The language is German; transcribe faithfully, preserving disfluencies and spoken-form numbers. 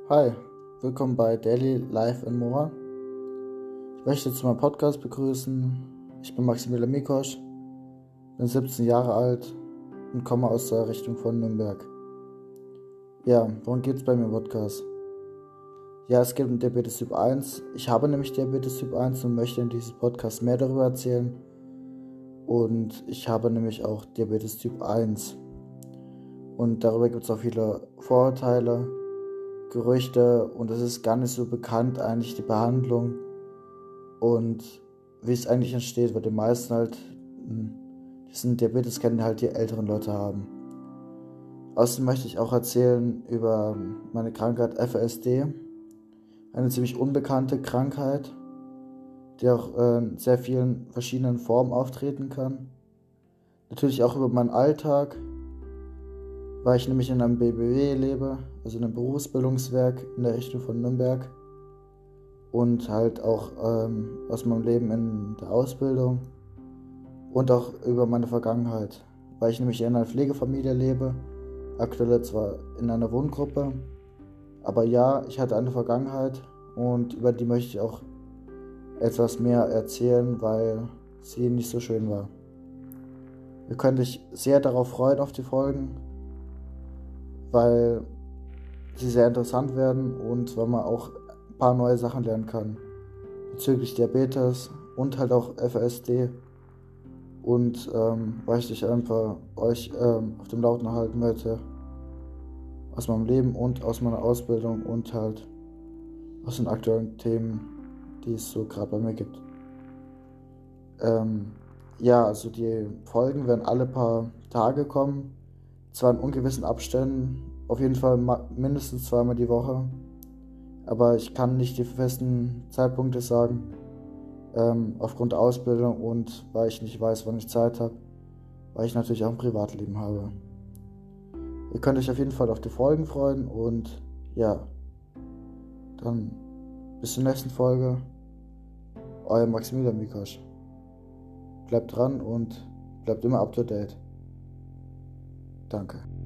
Hi, willkommen bei Daily Life and More. Ich möchte zu meinem Podcast begrüßen. Ich bin Maximilian Mikosch, bin siebzehn Jahre alt und komme aus der Richtung von Nürnberg. Ja, worum geht es bei mir im Podcast? Ja, es geht um Diabetes Typ eins. Ich habe nämlich Diabetes Typ eins und möchte in diesem Podcast mehr darüber erzählen. Und ich habe nämlich auch Diabetes Typ eins. Und darüber gibt es auch viele Vorurteile, Gerüchte, und es ist gar nicht so bekannt eigentlich die Behandlung und wie es eigentlich entsteht, weil die meisten halt diesen Diabetes kennen, die halt die älteren Leute haben. Außerdem möchte ich auch erzählen über meine Krankheit F A S D, eine ziemlich unbekannte Krankheit, die auch in sehr vielen verschiedenen Formen auftreten kann. Natürlich auch über meinen Alltag, weil ich nämlich in einem B B W lebe, also in einem Berufsbildungswerk in der Richtung von Nürnberg, und halt auch ähm, aus meinem Leben in der Ausbildung und auch über meine Vergangenheit, weil ich nämlich in einer Pflegefamilie lebe, aktuell zwar in einer Wohngruppe, aber ja, ich hatte eine Vergangenheit und über die möchte ich auch etwas mehr erzählen, weil sie nicht so schön war. Ihr könnt euch sehr darauf freuen, auf die Folgen, weil sie sehr interessant werden und weil man auch ein paar neue Sachen lernen kann bezüglich Diabetes und halt auch F A S D, und ähm, weil ich einfach euch ähm, auf dem Laufenden halten möchte aus meinem Leben und aus meiner Ausbildung und halt aus den aktuellen Themen, die es so gerade bei mir gibt. Ähm, ja, also die Folgen werden alle paar Tage kommen, zwar in ungewissen Abständen, auf jeden Fall ma- mindestens zweimal die Woche, aber ich kann nicht die festen Zeitpunkte sagen, ähm, aufgrund der Ausbildung und weil ich nicht weiß, wann ich Zeit habe, weil ich natürlich auch ein Privatleben habe. Ihr könnt euch auf jeden Fall auf die Folgen freuen und ja, dann bis zur nächsten Folge. Euer Maximilian Mikosch. Bleibt dran und bleibt immer up to date. Danke.